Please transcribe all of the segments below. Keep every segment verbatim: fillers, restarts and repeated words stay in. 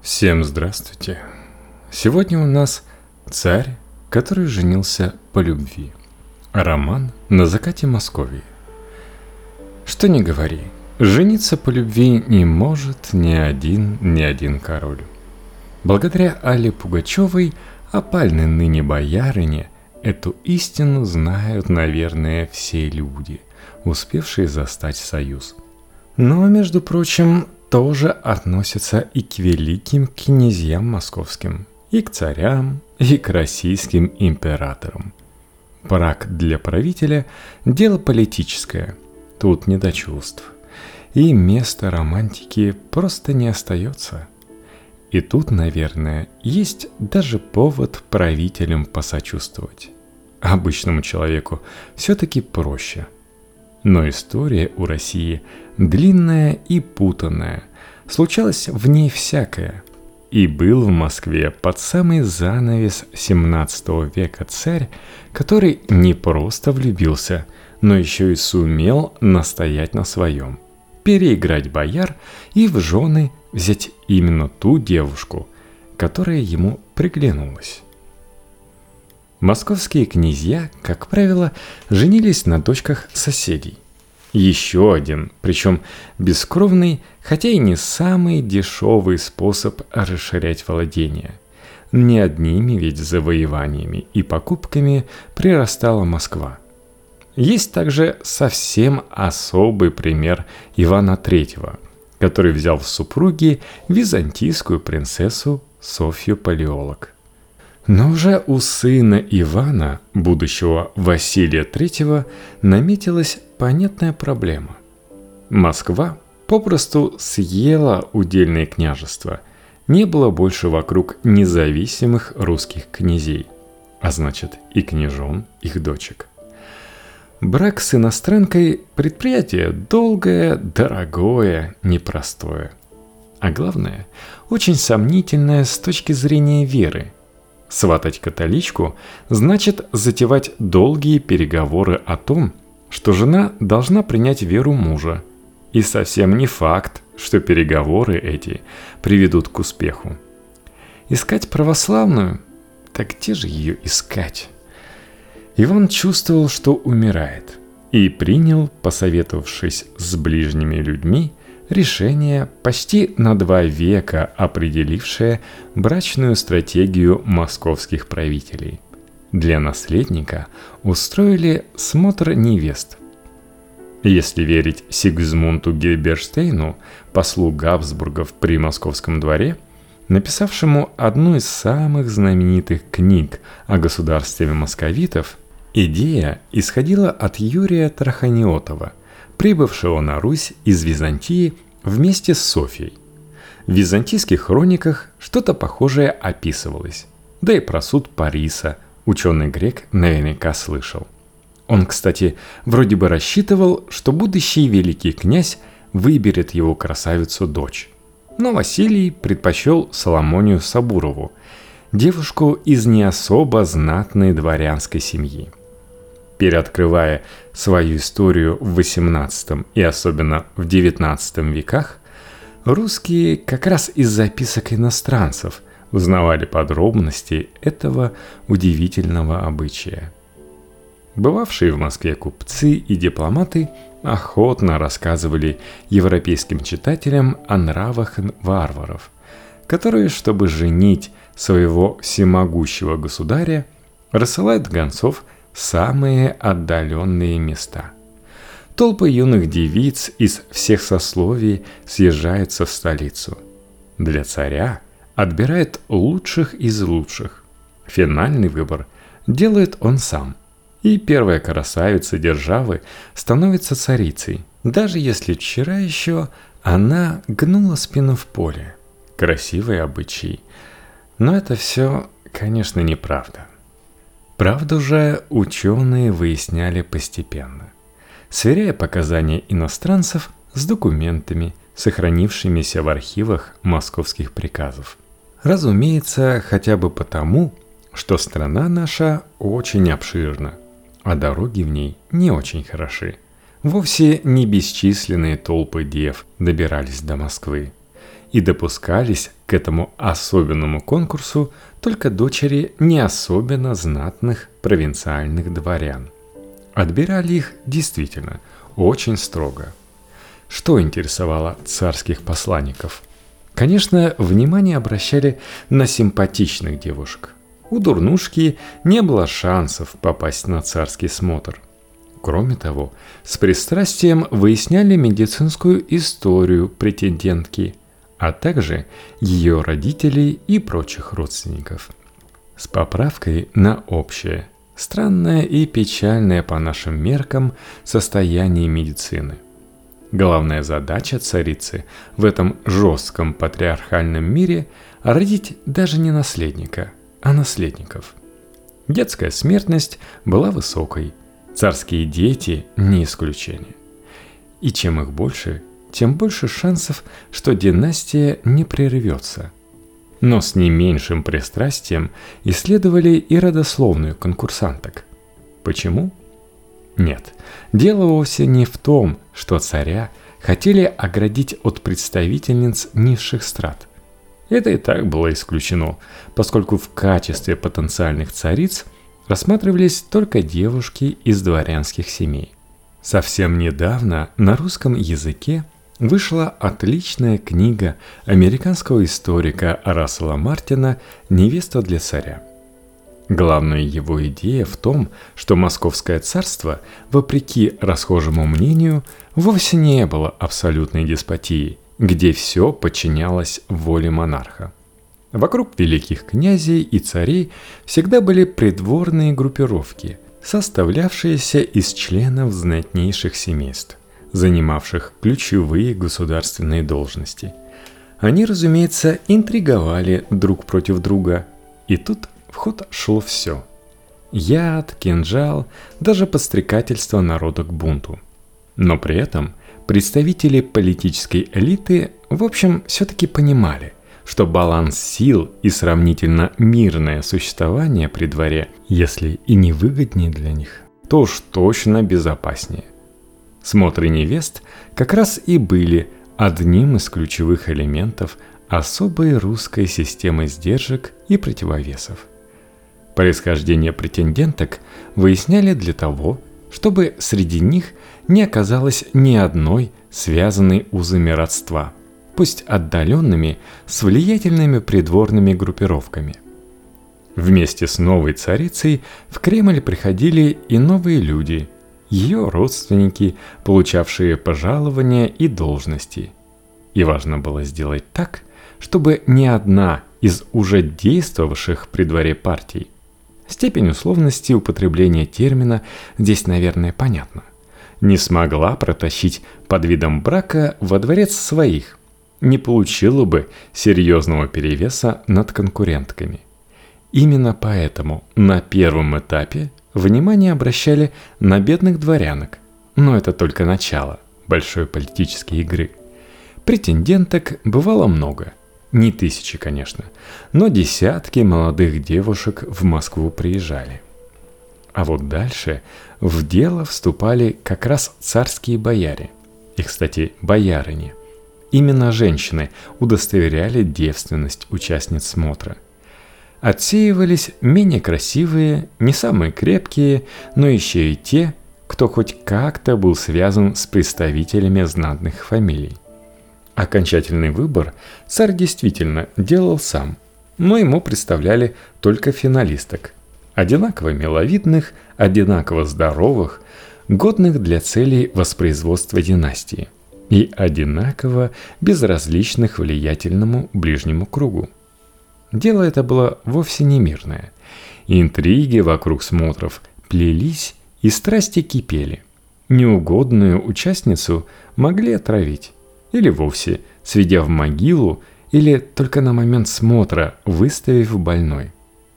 Всем здравствуйте! Сегодня у нас «Царь, который женился по любви». Роман на закате Московии. Что ни говори, жениться по любви не может ни один, ни один король. Благодаря Алле Пугачевой, опальной ныне боярине, эту истину знают, наверное, все люди, успевшие застать союз. Но, между прочим, тоже относятся и к великим князьям московским, и к царям, и к российским императорам. Брак для правителя – дело политическое, тут не до чувств, и места романтики просто не остается. И тут, наверное, есть даже повод правителям посочувствовать. Обычному человеку все-таки проще. Но история у России длинная и путанная, случалось в ней всякое. И был в Москве под самый занавес семнадцатого века царь, который не просто влюбился, но еще и сумел настоять на своем, переиграть бояр и в жены взять именно ту девушку, которая ему приглянулась. Московские князья, как правило, женились на дочках соседей. Еще один, причем бескровный, хотя и не самый дешевый способ расширять владения. Не одними ведь завоеваниями и покупками прирастала Москва. Есть также совсем особый пример Ивана Третьего, который взял в супруги византийскую принцессу Софью Палеолог. Но уже у сына Ивана, будущего Василия Третьего, наметилась понятная проблема. Москва попросту съела удельное княжество. Не было больше вокруг независимых русских князей, а значит и княжон их дочек. Брак с иностранкой – предприятие долгое, дорогое, непростое. А главное, очень сомнительное с точки зрения веры. Сватать католичку значит затевать долгие переговоры о том, что жена должна принять веру мужа. И совсем не факт, что переговоры эти приведут к успеху. Искать православную? Так где же ее искать? Иван чувствовал, что умирает, и принял, посоветовавшись с ближними людьми, решение, почти на два века определившее брачную стратегию московских правителей. Для наследника устроили смотр невест. Если верить Сигизмунду Гильберштейну, послу Габсбургов при московском дворе, написавшему одну из самых знаменитых книг о государстве московитов, идея исходила от Юрия Траханиотова, прибывшего на Русь из Византии вместе с Софьей. В византийских хрониках что-то похожее описывалось, да и про суд Париса ученый грек наверняка слышал. Он, кстати, вроде бы рассчитывал, что будущий великий князь выберет его красавицу-дочь. Но Василий предпочел Соломонию Сабурову, девушку из не особо знатной дворянской семьи. Переоткрывая свою историю в восемнадцатом и особенно в девятнадцатом веках, русские как раз из записок иностранцев узнавали подробности этого удивительного обычая. Бывавшие в Москве купцы и дипломаты охотно рассказывали европейским читателям о нравах варваров, которые, чтобы женить своего всемогущего государя, рассылают гонцов в самые отдаленные места. Толпы юных девиц из всех сословий съезжаются в столицу. Для царя отбирает лучших из лучших. Финальный выбор делает он сам. И первая красавица державы становится царицей, даже если вчера еще она гнула спину в поле. Красивый обычай. Но это все, конечно, неправда. Правду же ученые выясняли постепенно, сверяя показания иностранцев с документами, сохранившимися в архивах московских приказов. Разумеется, хотя бы потому, что страна наша очень обширна, а дороги в ней не очень хороши. Вовсе не бесчисленные толпы дев добирались до Москвы. и допускались к этому особенному конкурсу только дочери не особенно знатных провинциальных дворян. Отбирали их действительно очень строго. Что интересовало царских посланников? Конечно, внимание обращали на симпатичных девушек. У дурнушки не было шансов попасть на царский смотр. Кроме того, с пристрастием выясняли медицинскую историю претендентки, а также ее родителей и прочих родственников. С поправкой на общее, странное и печальное по нашим меркам состояние медицины. Главная задача царицы в этом жестком патриархальном мире – родить даже не наследника, а наследников. Детская смертность была высокой, царские дети – не исключение. И чем их больше, тем больше шансов, что династия не прервется. Но с не меньшим пристрастием исследовали и родословную конкурсанток. Почему? Нет, дело вовсе не в том, что царя хотели оградить от представительниц низших страт. Это и так было исключено, поскольку в качестве потенциальных цариц рассматривались только девушки из дворянских семей. Совсем недавно на русском языке вышла отличная книга американского историка Рассела Мартина «Невеста для царя». Главная его идея в том, что Московское царство, вопреки расхожему мнению, вовсе не было абсолютной деспотией, где все подчинялось воле монарха. Вокруг великих князей и царей всегда были придворные группировки, составлявшиеся из членов знатнейших семейств, занимавших ключевые государственные должности. Они, разумеется, интриговали друг против друга, и тут в ход шло все. Яд, кинжал, даже подстрекательство народа к бунту. Но при этом представители политической элиты, в общем, все-таки понимали, что баланс сил и сравнительно мирное существование при дворе, если и не выгоднее для них, то уж точно безопаснее. Смотры невест как раз и были одним из ключевых элементов особой русской системы сдержек и противовесов. Происхождение претенденток выясняли для того, чтобы среди них не оказалось ни одной связанной узами родства, пусть отдаленными, с влиятельными придворными группировками. Вместе с новой царицей в Кремль приходили и новые люди, ее родственники, получавшие пожалования и должности. И важно было сделать так, чтобы ни одна из уже действовавших при дворе партий. Степень условности употребления термина здесь, наверное, понятна. Не смогла протащить под видом брака во дворец своих, не получила бы серьезного перевеса над конкурентками. Именно поэтому на первом этапе внимание обращали на бедных дворянок, но это только начало большой политической игры. Претенденток бывало много. Не тысячи, конечно, но десятки молодых девушек в Москву приезжали. А вот дальше в дело вступали как раз царские бояре. И, кстати, боярыни. Именно женщины удостоверяли девственность участниц смотра. Отсеивались менее красивые, не самые крепкие, но еще и те, кто хоть как-то был связан с представителями знатных фамилий. Окончательный выбор царь действительно делал сам, но ему представляли только финалисток, одинаково миловидных, одинаково здоровых, годных для целей воспроизводства династии и одинаково безразличных влиятельному ближнему кругу. Дело это было вовсе не мирное. Интриги вокруг смотров плелись и страсти кипели. Неугодную участницу могли отравить. Или вовсе сведя в могилу, или только на момент смотра выставив больной.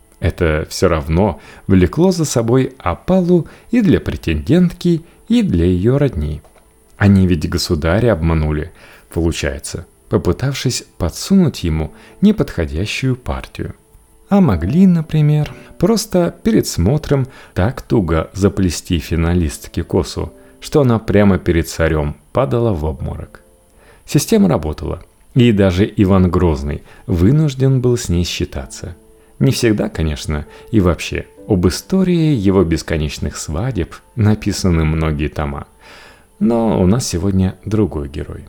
Это все равно влекло за собой опалу и для претендентки, и для ее родни. Они ведь государя обманули, получается, попытавшись подсунуть ему неподходящую партию. А могли, например, просто перед смотром так туго заплести финалистке косу, что она прямо перед царем падала в обморок. Система работала. И даже Иван Грозный вынужден был с ней считаться. Не всегда, конечно, и вообще, об истории его бесконечных свадеб написаны многие тома. Но у нас сегодня другой герой.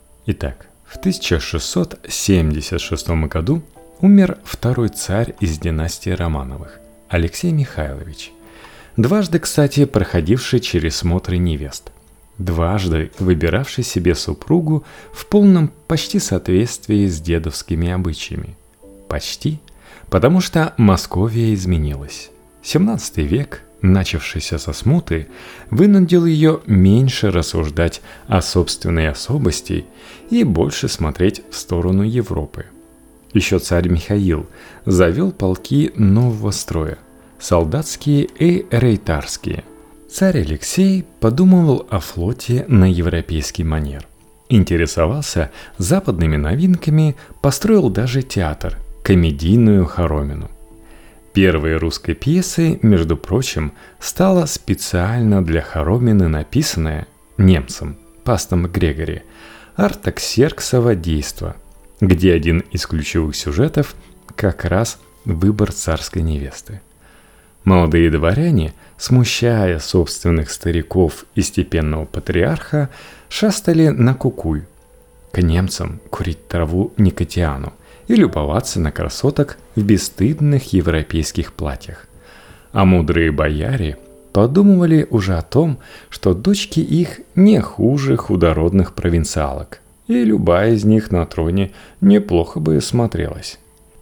Итак, в тысяча шестьсот семьдесят шестом году умер второй царь из династии Романовых, Алексей Михайлович. Дважды, кстати, проходивший через смотры невест. Дважды выбиравший себе супругу в полном почти соответствии с дедовскими обычаями. Почти, потому что Московия изменилась. семнадцатый век, начавшийся со смуты, вынудил ее меньше рассуждать о собственной особости и больше смотреть в сторону Европы. Еще царь Михаил завел полки нового строя, солдатские и рейтарские. Царь Алексей подумывал о флоте на европейский манер. Интересовался западными новинками, построил даже театр, комедийную хоромину. Первой русской пьесой, между прочим, стала специально для хоромины написанная немцем Пастом Грегори Артаксерксово действо, где один из ключевых сюжетов как раз выбор царской невесты. Молодые дворяне, смущая собственных стариков и степенного патриарха, шастали на Кукуй, к немцам курить траву Никотиану и любоваться на красоток в бесстыдных европейских платьях. А мудрые бояре подумывали уже о том, что дочки их не хуже худородных провинциалок, и любая из них на троне неплохо бы смотрелась.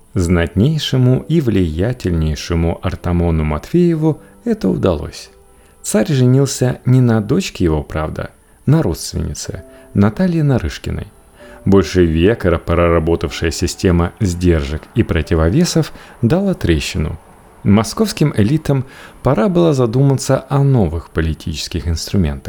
Знатнейшему и влиятельнейшему Артамону Матвееву это удалось. Царь женился не на дочке его, правда, на родственнице Наталье Нарышкиной. Больше века проработавшая система сдержек и противовесов дала трещину. Московским элитам пора было задуматься о новых политических инструментах.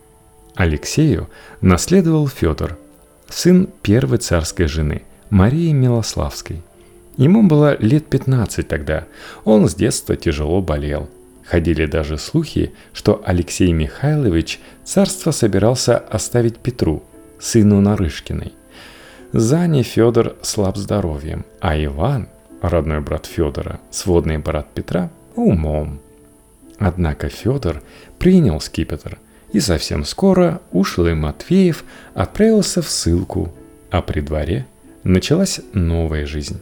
Алексею наследовал Федор, сын первой царской жены, Марии Милославской. Ему было лет пятнадцать тогда, он с детства тяжело болел. Ходили даже слухи, что Алексей Михайлович царство собирался оставить Петру, сыну Нарышкиной. Зане Федор слаб здоровьем, а Иван, родной брат Федора, сводный брат Петра, умом. Однако Федор принял скипетр, и совсем скоро ушлый Матвеев отправился в ссылку, а при дворе началась новая жизнь.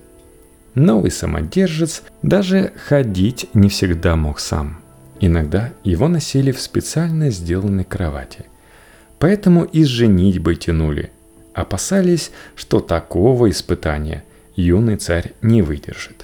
Новый самодержец даже ходить не всегда мог сам. Иногда его носили в специально сделанной кровати. Поэтому и с женитьбой тянули. Опасались, что такого испытания юный царь не выдержит.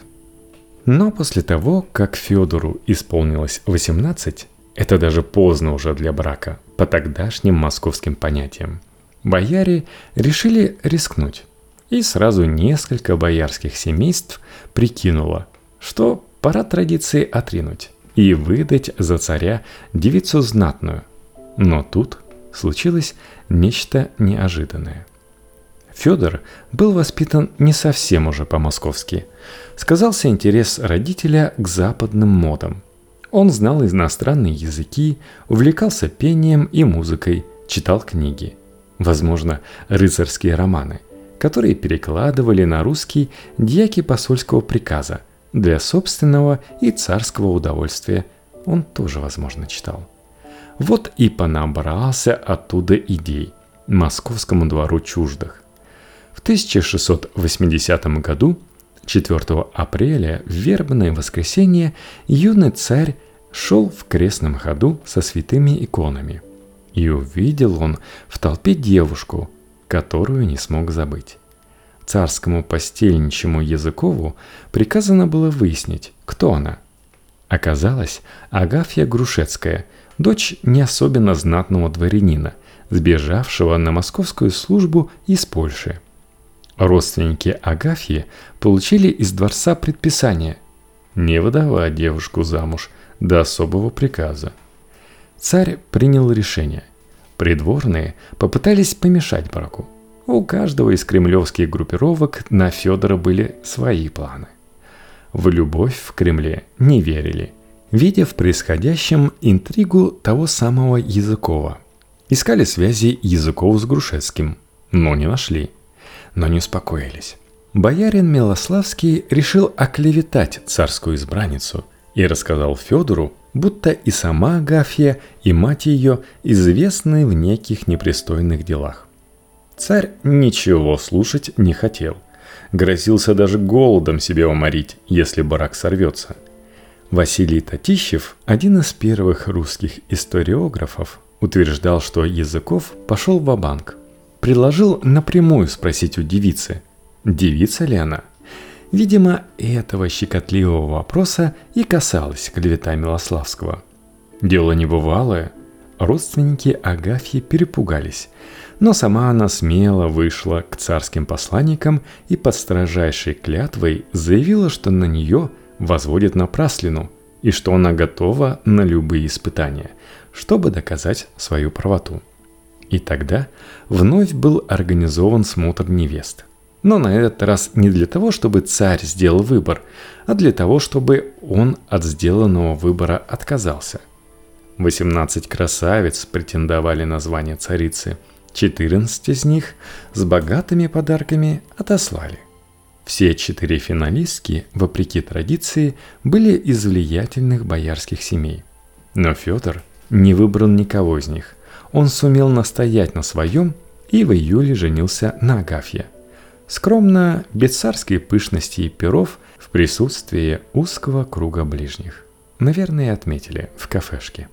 Но после того, как Федору исполнилось восемнадцать, это даже поздно уже для брака, по тогдашним московским понятиям, бояре решили рискнуть. И сразу несколько боярских семейств прикинуло, что пора традиции отринуть и выдать за царя девицу знатную. Но тут случилось нечто неожиданное. Федор был воспитан не совсем уже по-московски. Сказался интерес родителя к западным модам. Он знал иностранные языки, увлекался пением и музыкой, читал книги. Возможно, рыцарские романы, которые перекладывали на русский дьяки посольского приказа для собственного и царского удовольствия. Он тоже, возможно, читал. Вот и понабрался оттуда идей московскому двору чуждых. В тысяча шестьсот восьмидесятом году, четвёртого апреля, в вербное воскресенье, юный царь шел в крестном ходу со святыми иконами. И увидел он в толпе девушку, которую не смог забыть. Царскому постельничему Языкову приказано было выяснить, кто она. Оказалось, Агафья Грушецкая, дочь не особенно знатного дворянина, сбежавшего на московскую службу из Польши. Родственники Агафьи получили из дворца предписание не выдавать девушку замуж до особого приказа. Царь принял решение. Придворные попытались помешать браку. У каждого из кремлевских группировок на Федора были свои планы. В любовь в Кремле не верили, видя в происходящем интригу того самого Языкова. Искали связи Языкова с Грушецким, но не нашли. но не успокоились. Боярин Милославский решил оклеветать царскую избранницу и рассказал Федору, будто и сама Агафья, и мать ее известны в неких непристойных делах. Царь ничего слушать не хотел. Грозился даже голодом себя уморить, если брак сорвется. Василий Татищев, один из первых русских историографов, утверждал, что Языков пошел ва-банк. Предложил напрямую спросить у девицы, девица ли она. Видимо, этого щекотливого вопроса и касалась клевета Милославского. Дело небывалое. Родственники Агафьи перепугались, но сама она смело вышла к царским посланникам и под строжайшей клятвой заявила, что на нее возводят напраслину и что она готова на любые испытания, чтобы доказать свою правоту. И тогда вновь был организован смотр невест. Но на этот раз не для того, чтобы царь сделал выбор, а для того, чтобы он от сделанного выбора отказался. восемнадцать красавиц претендовали на звание царицы, четырнадцать из них с богатыми подарками отослали. Все четыре финалистки, вопреки традиции, были из влиятельных боярских семей. Но Федор не выбрал никого из них. Он сумел настоять на своем и в июле женился на Агафье. Скромно, без царской пышности и перов, в присутствии узкого круга ближних. Наверное, отметили в кафешке.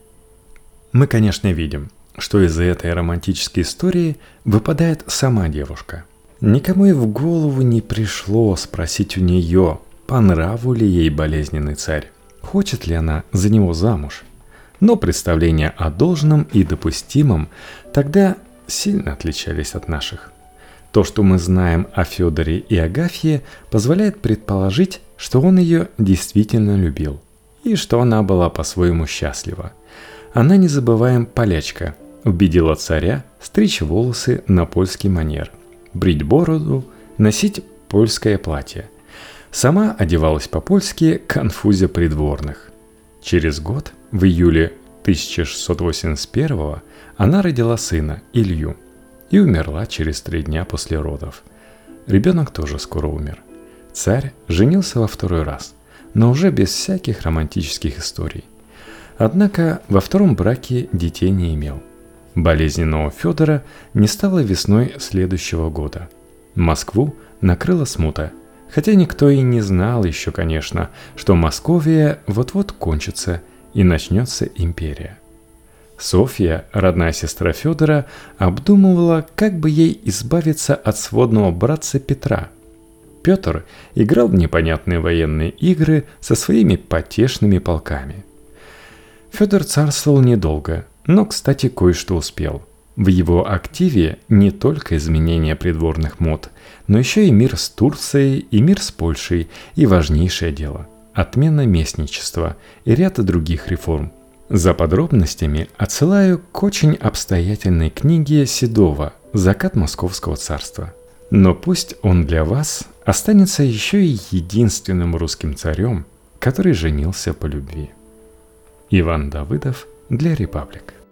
Мы, конечно, видим, что из этой романтической истории выпадает сама девушка. Никому и в голову не пришло спросить у нее, по нраву ли ей болезненный царь, хочет ли она за него замуж. Но представления о должном и допустимом тогда сильно отличались от наших. То, что мы знаем о Федоре и Агафье, позволяет предположить, что он ее действительно любил, и что она была по-своему счастлива. Она, не забываем, полячка, убедила царя стричь волосы на польский манер, брить бороду, носить польское платье. Сама одевалась по-польски, конфузя придворных. Через год, в июле тысяча шестьсот восемьдесят первого, она родила сына, Илью, и умерла через три дня после родов. Ребенок тоже скоро умер. Царь женился во второй раз, но уже без всяких романтических историй. Однако во втором браке детей не имел. Болезненного Федора не стало весной следующего года. Москву накрыла смута, хотя никто и не знал еще, конечно, что Московия вот-вот кончится и начнется империя. Софья, родная сестра Федора, обдумывала, как бы ей избавиться от сводного братца Петра. Петр играл в непонятные военные игры со своими потешными полками. Федор царствовал недолго, но, кстати, кое-что успел. В его активе не только изменение придворных мод, но еще и мир с Турцией, и мир с Польшей, и важнейшее дело – отмена местничества и ряд других реформ. За подробностями отсылаю к очень обстоятельной книге Седова «Закат Московского царства». Но пусть он для вас останется еще и единственным русским царем, который женился по любви. Иван Давыдов для Репаблик.